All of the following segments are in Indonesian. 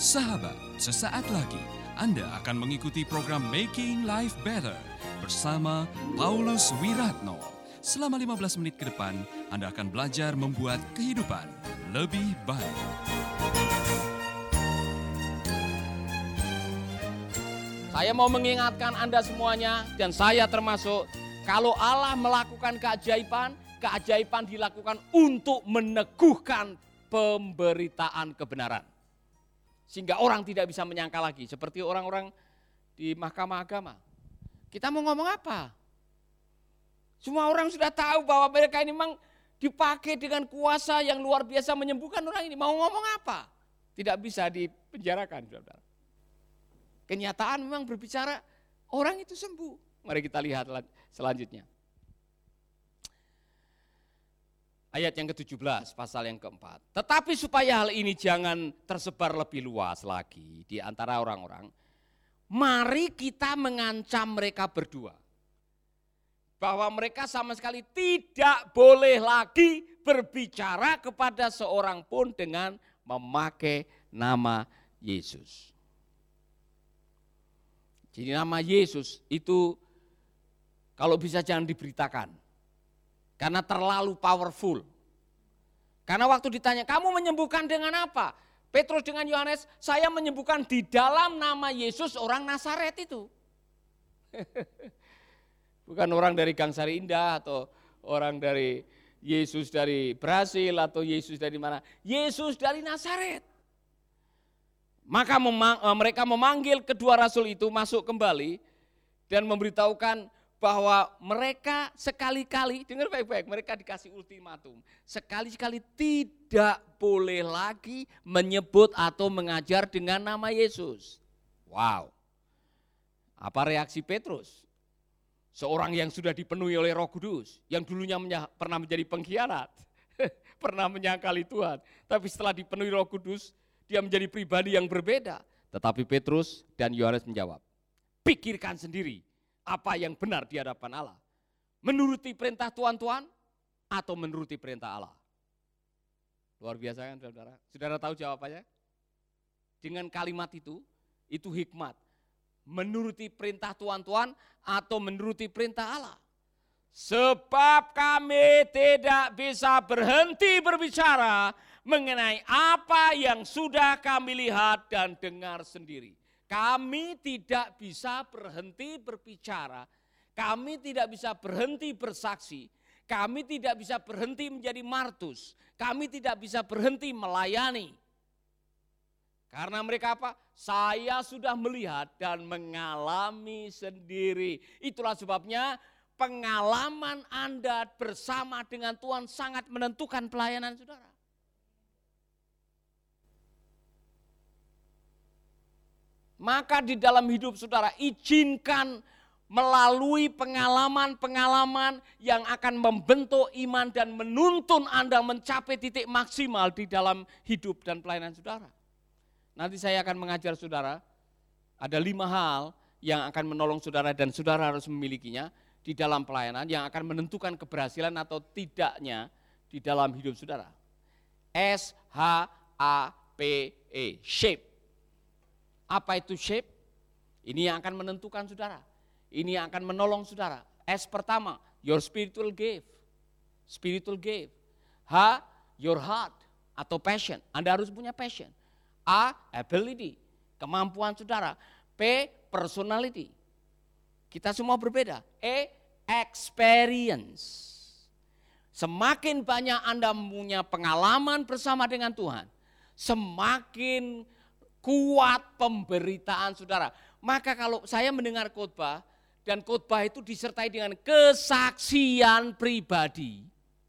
Sahabat, sesaat lagi Anda akan mengikuti program Making Life Better bersama Paulus Wiratno. Selama 15 menit ke depan, Anda akan belajar membuat kehidupan lebih baik. Saya mau mengingatkan Anda semuanya, dan saya termasuk, kalau Allah melakukan keajaiban, keajaiban dilakukan untuk meneguhkan pemberitaan kebenaran. Sehingga orang tidak bisa menyangka lagi, seperti orang-orang di mahkamah agama. Kita mau ngomong apa? Semua orang sudah tahu bahwa mereka ini memang dipakai dengan kuasa yang luar biasa menyembuhkan orang ini. Mau ngomong apa? Tidak bisa dipenjarakan, saudara. Kenyataan memang berbicara orang itu sembuh. Mari kita lihat selanjutnya. Ayat yang ke-17, pasal yang keempat. Tetapi supaya hal ini jangan tersebar lebih luas lagi di antara orang-orang, mari kita mengancam mereka berdua. Bahwa mereka sama sekali tidak boleh lagi berbicara kepada seorang pun dengan memakai nama Yesus. Jadi nama Yesus itu kalau bisa jangan diberitakan. Karena terlalu powerful. Karena waktu ditanya, kamu menyembuhkan dengan apa? Petrus dengan Yohanes, saya menyembuhkan di dalam nama Yesus orang Nazaret itu. Bukan orang dari Gang Sari Indah atau orang dari Yesus dari Brasil atau Yesus dari mana. Yesus dari Nazaret. Maka mereka memanggil kedua rasul itu masuk kembali dan memberitahukan bahwa mereka sekali-kali, dengar baik-baik, mereka dikasih ultimatum. Sekali-kali tidak boleh lagi menyebut atau mengajar dengan nama Yesus. Wow. Apa reaksi Petrus? Seorang yang sudah dipenuhi oleh Roh Kudus, yang dulunya pernah menjadi pengkhianat, pernah menyangkali Tuhan. Tapi setelah dipenuhi Roh Kudus, dia menjadi pribadi yang berbeda. Tetapi Petrus dan Yohanes menjawab, pikirkan sendiri apa yang benar di hadapan Allah. Menuruti perintah Tuhan atau menuruti perintah Allah? Luar biasa kan saudara? Saudara tahu jawabannya? Dengan kalimat itu hikmat. Menuruti perintah Tuhan atau menuruti perintah Allah? Sebab kami tidak bisa berhenti berbicara mengenai apa yang sudah kami lihat dan dengar sendiri. Kami tidak bisa berhenti berbicara, kami tidak bisa berhenti bersaksi, kami tidak bisa berhenti menjadi martus, kami tidak bisa berhenti melayani. Karena mereka apa? Saya sudah melihat dan mengalami sendiri. Itulah sebabnya pengalaman Anda bersama dengan Tuhan sangat menentukan pelayanan saudara. Maka di dalam hidup saudara izinkan melalui pengalaman-pengalaman yang akan membentuk iman dan menuntun Anda mencapai titik maksimal di dalam hidup dan pelayanan saudara. Nanti saya akan mengajar saudara, ada 5 hal yang akan menolong saudara dan saudara harus memilikinya di dalam pelayanan yang akan menentukan keberhasilan atau tidaknya di dalam hidup saudara. SHAPE, shape. Apa itu shape? Ini yang akan menentukan saudara. Ini yang akan menolong saudara. S pertama, your spiritual gift. Spiritual gift. H, your heart atau passion. Anda harus punya passion. A, ability, kemampuan saudara. P, personality. Kita semua berbeda. E, experience. Semakin banyak Anda punya pengalaman bersama dengan Tuhan, semakin kuat pemberitaan saudara. Maka kalau saya mendengar khotbah dan khotbah itu disertai dengan kesaksian pribadi,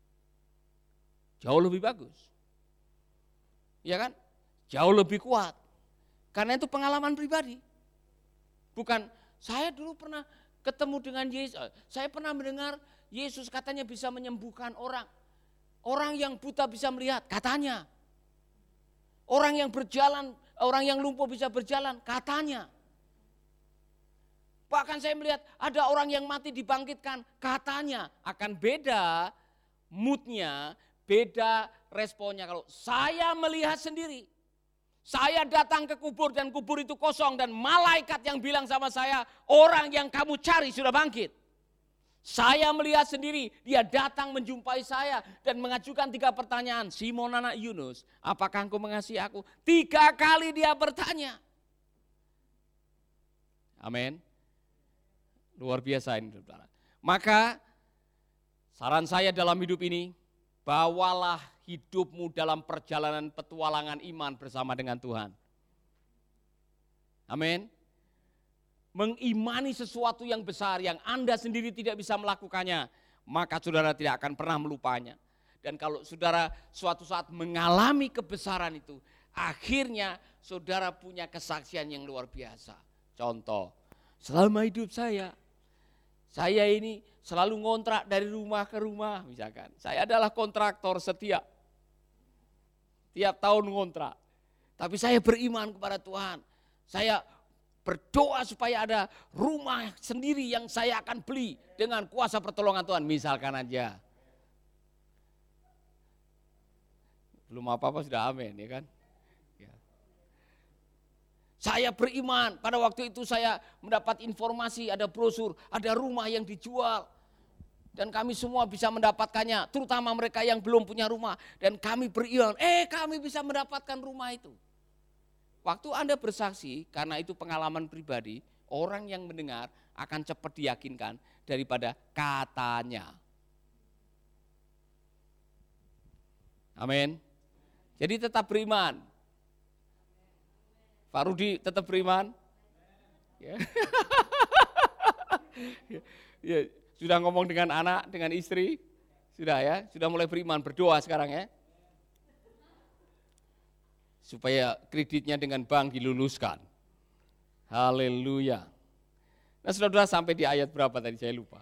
jauh lebih bagus. Ya kan? Jauh lebih kuat. Karena itu pengalaman pribadi. Bukan saya dulu pernah ketemu dengan Yesus, saya pernah mendengar Yesus katanya bisa menyembuhkan orang. Orang yang buta bisa melihat, katanya. Orang yang berjalan, orang yang lumpuh bisa berjalan, katanya. Bahkan saya melihat ada orang yang mati dibangkitkan, katanya. Akan beda moodnya, beda responnya kalau saya melihat sendiri. Saya datang ke kubur dan kubur itu kosong dan malaikat yang bilang sama saya, orang yang kamu cari sudah bangkit. Saya melihat sendiri, dia datang menjumpai saya dan mengajukan 3 pertanyaan. Simon anak Yunus, apakah engkau mengasihi aku? 3 kali dia bertanya. Amin. Luar biasa ini, saudara. Maka saran saya dalam hidup ini, bawalah hidupmu dalam perjalanan petualangan iman bersama dengan Tuhan. Amin. Mengimani sesuatu yang besar yang Anda sendiri tidak bisa melakukannya, maka saudara tidak akan pernah melupanya. Dan kalau saudara suatu saat mengalami kebesaran itu, akhirnya saudara punya kesaksian yang luar biasa. Contoh, selama hidup saya ini selalu ngontrak dari rumah ke rumah misalkan. Saya adalah kontraktor setia. Tiap tahun ngontrak. Tapi saya beriman kepada Tuhan. Saya berdoa supaya ada rumah sendiri yang saya akan beli dengan kuasa pertolongan Tuhan. Misalkan aja. Belum apa-apa sudah amin, ya kan? Ya. Saya beriman, pada waktu itu saya mendapat informasi ada brosur, ada rumah yang dijual. Dan kami semua bisa mendapatkannya, terutama mereka yang belum punya rumah. Dan kami beriman, kami bisa mendapatkan rumah itu. Waktu Anda bersaksi, karena itu pengalaman pribadi, orang yang mendengar akan cepat diyakinkan daripada katanya. Amin. Jadi tetap beriman. Pak Rudi tetap beriman. Ya. Ya, sudah ngomong dengan anak, dengan istri, sudah ya, sudah mulai beriman, berdoa sekarang ya. Supaya kreditnya dengan bank diluluskan. Haleluya. Nah, saudara sampai di ayat berapa tadi saya lupa.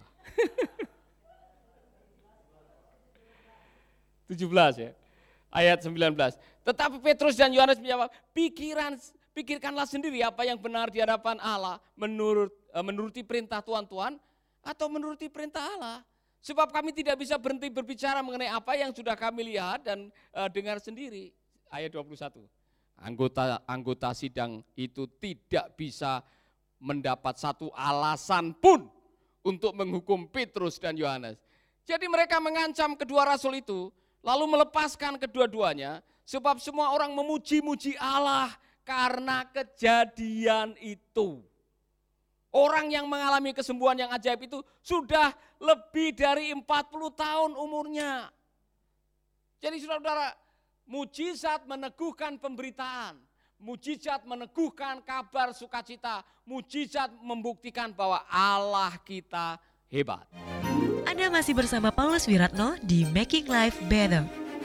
17 ya. Ayat 19. Tetapi Petrus dan Yohanes menjawab, pikirkanlah sendiri apa yang benar di hadapan Allah, menuruti perintah Tuhan atau menuruti perintah Allah. Sebab kami tidak bisa berhenti berbicara mengenai apa yang sudah kami lihat dan dengar sendiri. Ayat 21. Anggota sidang itu tidak bisa mendapat satu alasan pun untuk menghukum Petrus dan Yohanes. Jadi mereka mengancam kedua rasul itu, lalu melepaskan kedua-duanya, sebab semua orang memuji-muji Allah karena kejadian itu. Orang yang mengalami kesembuhan yang ajaib itu sudah lebih dari 40 tahun umurnya. Jadi saudara-saudara, mujizat meneguhkan pemberitaan, mujizat meneguhkan kabar sukacita, mujizat membuktikan bahwa Allah kita hebat. Anda masih bersama Paulus Wiratno di Making Life Better.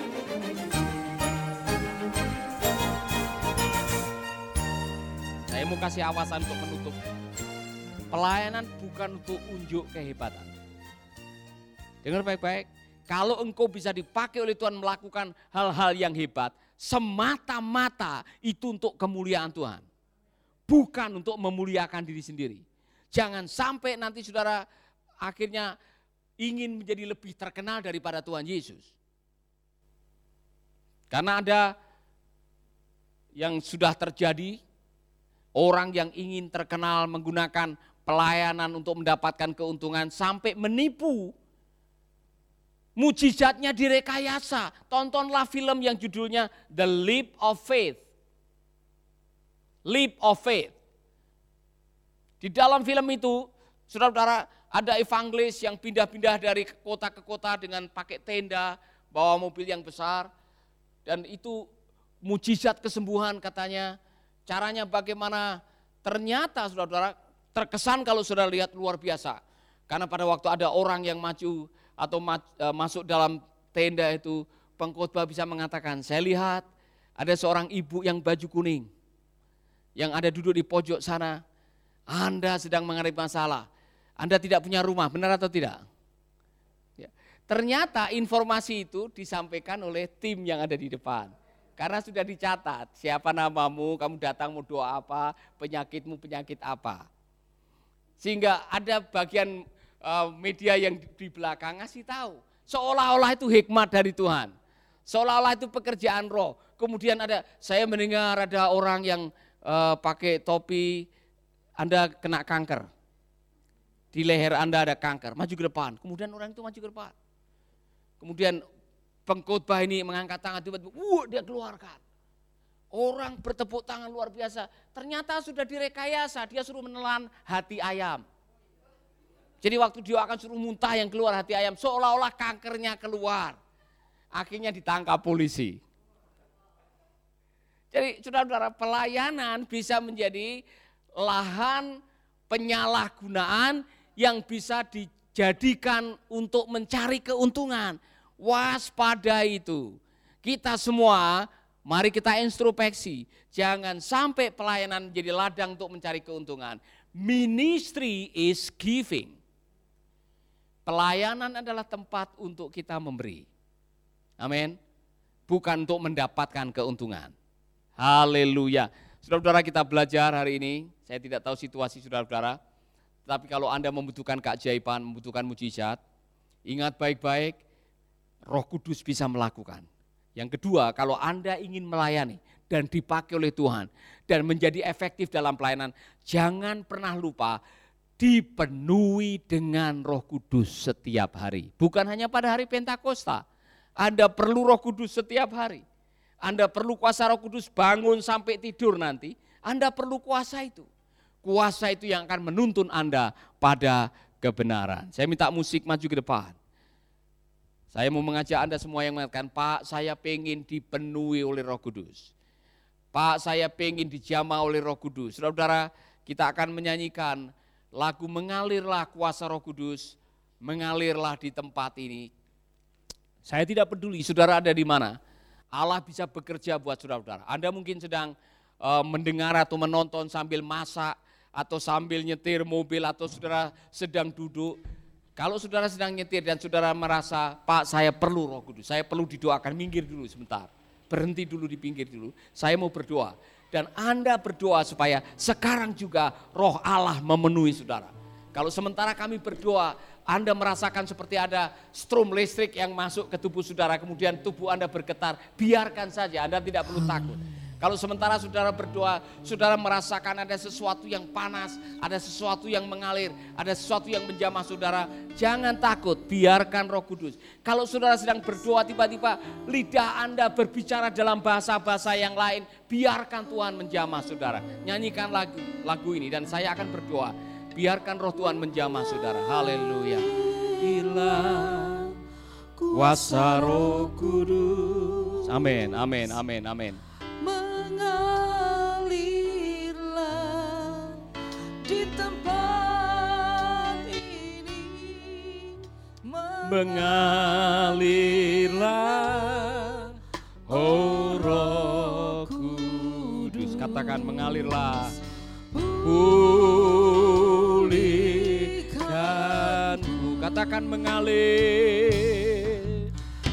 Saya mau kasih awasan untuk menutup. Pelayanan bukan untuk unjuk kehebatan. Dengar baik-baik, kalau engkau bisa dipakai oleh Tuhan melakukan hal-hal yang hebat, semata-mata itu untuk kemuliaan Tuhan. Bukan untuk memuliakan diri sendiri. Jangan sampai nanti saudara akhirnya ingin menjadi lebih terkenal daripada Tuhan Yesus. Karena ada yang sudah terjadi, orang yang ingin terkenal menggunakan pelayanan untuk mendapatkan keuntungan sampai menipu. Mujizatnya direkayasa. Tontonlah film yang judulnya The Leap of Faith. Leap of Faith. Di dalam film itu, saudara-saudara, ada evangelis yang pindah-pindah dari kota ke kota dengan pakai tenda, bawa mobil yang besar. Dan itu mujizat kesembuhan katanya. Caranya bagaimana? Ternyata saudara-saudara terkesan kalau saudara lihat luar biasa. Karena pada waktu ada orang yang maju atau masuk dalam tenda itu, pengkhotbah bisa mengatakan, saya lihat ada seorang ibu yang baju kuning, yang ada duduk di pojok sana. Anda sedang menghadapi masalah, Anda tidak punya rumah, benar atau tidak? Ya. Ternyata informasi itu disampaikan oleh tim yang ada di depan. Karena sudah dicatat, siapa namamu, kamu datang mau doa apa, penyakitmu penyakit apa. Sehingga ada bagian media yang di belakang ngasih tahu. Seolah-olah itu hikmat dari Tuhan. Seolah-olah itu pekerjaan roh. Kemudian saya mendengar ada orang yang pakai topi, Anda kena kanker. Di leher Anda ada kanker, maju ke depan. Kemudian orang itu maju ke depan. Kemudian pengkhotbah ini mengangkat tangan, tiba-tiba dia keluarkan. Orang bertepuk tangan luar biasa. Ternyata sudah direkayasa, dia suruh menelan hati ayam. Jadi waktu dia akan suruh muntah yang keluar hati ayam, seolah-olah kankernya keluar. Akhirnya ditangkap polisi. Jadi saudara-saudara, pelayanan bisa menjadi lahan penyalahgunaan yang bisa dijadikan untuk mencari keuntungan. Waspada itu. Kita semua, mari kita introspeksi. Jangan sampai pelayanan menjadi ladang untuk mencari keuntungan. Ministry is giving. Pelayanan adalah tempat untuk kita memberi. Amin. Bukan untuk mendapatkan keuntungan. Haleluya. Saudara-saudara, kita belajar hari ini. Saya tidak tahu situasi saudara-saudara. Tapi kalau Anda membutuhkan keajaiban, membutuhkan mujizat, ingat baik-baik, Roh Kudus bisa melakukan. Yang kedua, kalau Anda ingin melayani dan dipakai oleh Tuhan dan menjadi efektif dalam pelayanan, jangan pernah lupa dipenuhi dengan Roh Kudus setiap hari. Bukan hanya pada hari Pentakosta. Anda perlu Roh Kudus setiap hari. Anda perlu kuasa Roh Kudus bangun sampai tidur nanti. Anda perlu kuasa itu. Kuasa itu yang akan menuntun Anda pada kebenaran. Saya minta musik maju ke depan. Saya mau mengajak Anda semua yang mengatakan, Pak, saya pengen dipenuhi oleh Roh Kudus. Pak, saya pengen dijamah oleh Roh Kudus. Saudara-saudara, kita akan menyanyikan lagu Mengalirlah Kuasa Roh Kudus, mengalirlah di tempat ini. Saya tidak peduli saudara ada di mana, Allah bisa bekerja buat saudara-saudara. Anda mungkin sedang mendengar atau menonton sambil masak, atau sambil nyetir mobil, atau saudara sedang duduk. Kalau saudara sedang nyetir dan saudara merasa, Pak, saya perlu Roh Kudus, saya perlu didoakan, minggir dulu sebentar. Berhenti dulu di pinggir dulu, saya mau berdoa. Dan Anda berdoa supaya sekarang juga Roh Allah memenuhi saudara. Kalau sementara kami berdoa, Anda merasakan seperti ada strom listrik yang masuk ke tubuh saudara, kemudian tubuh Anda bergetar, biarkan saja, Anda tidak perlu takut. Kalau sementara saudara berdoa, saudara merasakan ada sesuatu yang panas, ada sesuatu yang mengalir, ada sesuatu yang menjamah saudara, jangan takut, biarkan Roh Kudus. Kalau saudara sedang berdoa, tiba-tiba lidah Anda berbicara dalam bahasa-bahasa yang lain, biarkan Tuhan menjamah saudara. Nyanyikan lagu ini dan saya akan berdoa. Biarkan Roh Tuhan menjamah saudara. Haleluya. Hilang kuasa Roh Kudus. Amin, amin, amin, amin. Mengalirlah di tempat ini. Mengalirlah, oh Roh Kudus. Katakan mengalirlah. Pulihkanku. Katakan mengalir.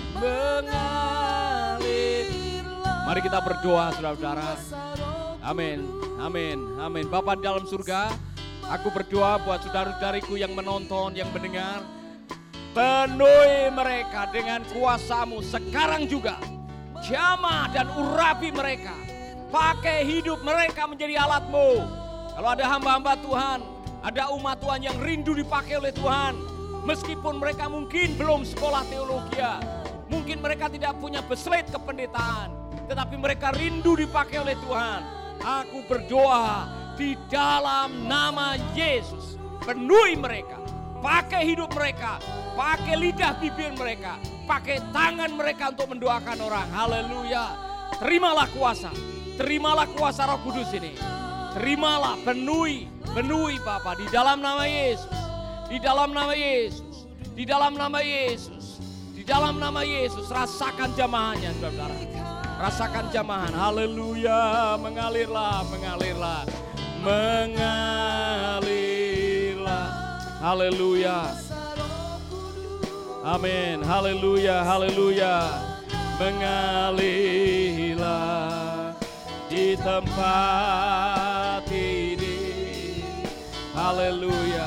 Mari kita berdoa saudara-saudara. Amin, amin, amin. Bapa di dalam surga, aku berdoa buat saudara-saudariku yang menonton, yang mendengar. Penuhi mereka dengan kuasa-Mu sekarang juga. Jamah dan urapi mereka. Pakai hidup mereka menjadi alat-Mu. Kalau ada hamba-hamba Tuhan, ada umat Tuhan yang rindu dipakai oleh Tuhan. Meskipun mereka mungkin belum sekolah teologi, mungkin mereka tidak punya beslet kependetaan, tetapi mereka rindu dipakai oleh Tuhan. Aku berdoa di dalam nama Yesus, penuhi mereka, pakai hidup mereka, pakai lidah bibir mereka, pakai tangan mereka untuk mendoakan orang. Haleluya. Terimalah kuasa Roh Kudus ini. Terimalah, penuhi Bapa di dalam nama Yesus, di dalam nama Yesus, di dalam nama Yesus, di dalam nama Yesus. Rasakan jamahannya saudara. Rasakan jamahan. Haleluya. Mengalirlah, mengalirlah, mengalirlah. Haleluya. Amin. Haleluya, haleluya. Mengalirlah di tempat ini. Haleluya.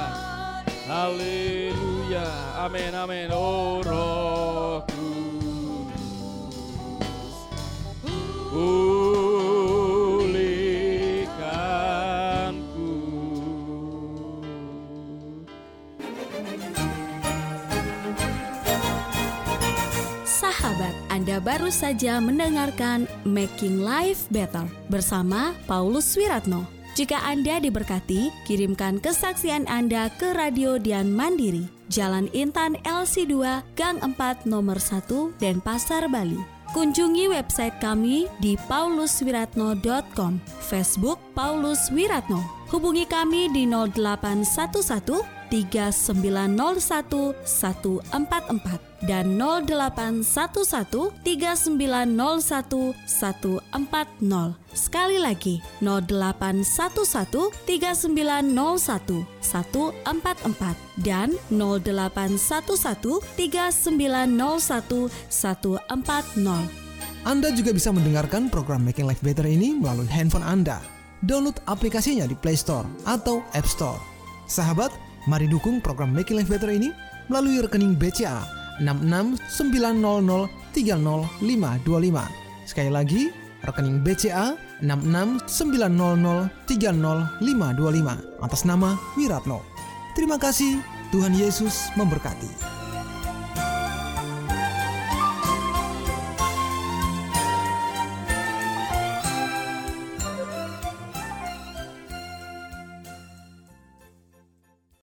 Haleluya. Amin, amin. Oh Roh Kudus. Anda baru saja mendengarkan Making Life Better bersama Paulus Wiratno. Jika Anda diberkati, kirimkan kesaksian Anda ke Radio Dian Mandiri, Jalan Intan LC2, Gang 4, Nomor 1, Denpasar, Bali. Kunjungi website kami di pauluswiratno.com, Facebook Paulus Wiratno. Hubungi kami di 0811 3901 144 dan 0811 3901 140. Sekali lagi 0811 3901 144 dan 0811 3901 140. Anda juga bisa mendengarkan program Making Life Better ini melalui handphone Anda. Download aplikasinya di Play Store atau App Store. Sahabat, mari dukung program Making Life Better ini melalui rekening BCA 6690300525. Sekali lagi, rekening BCA 6690300525 atas nama Wiratno. Terima kasih, Tuhan Yesus memberkati.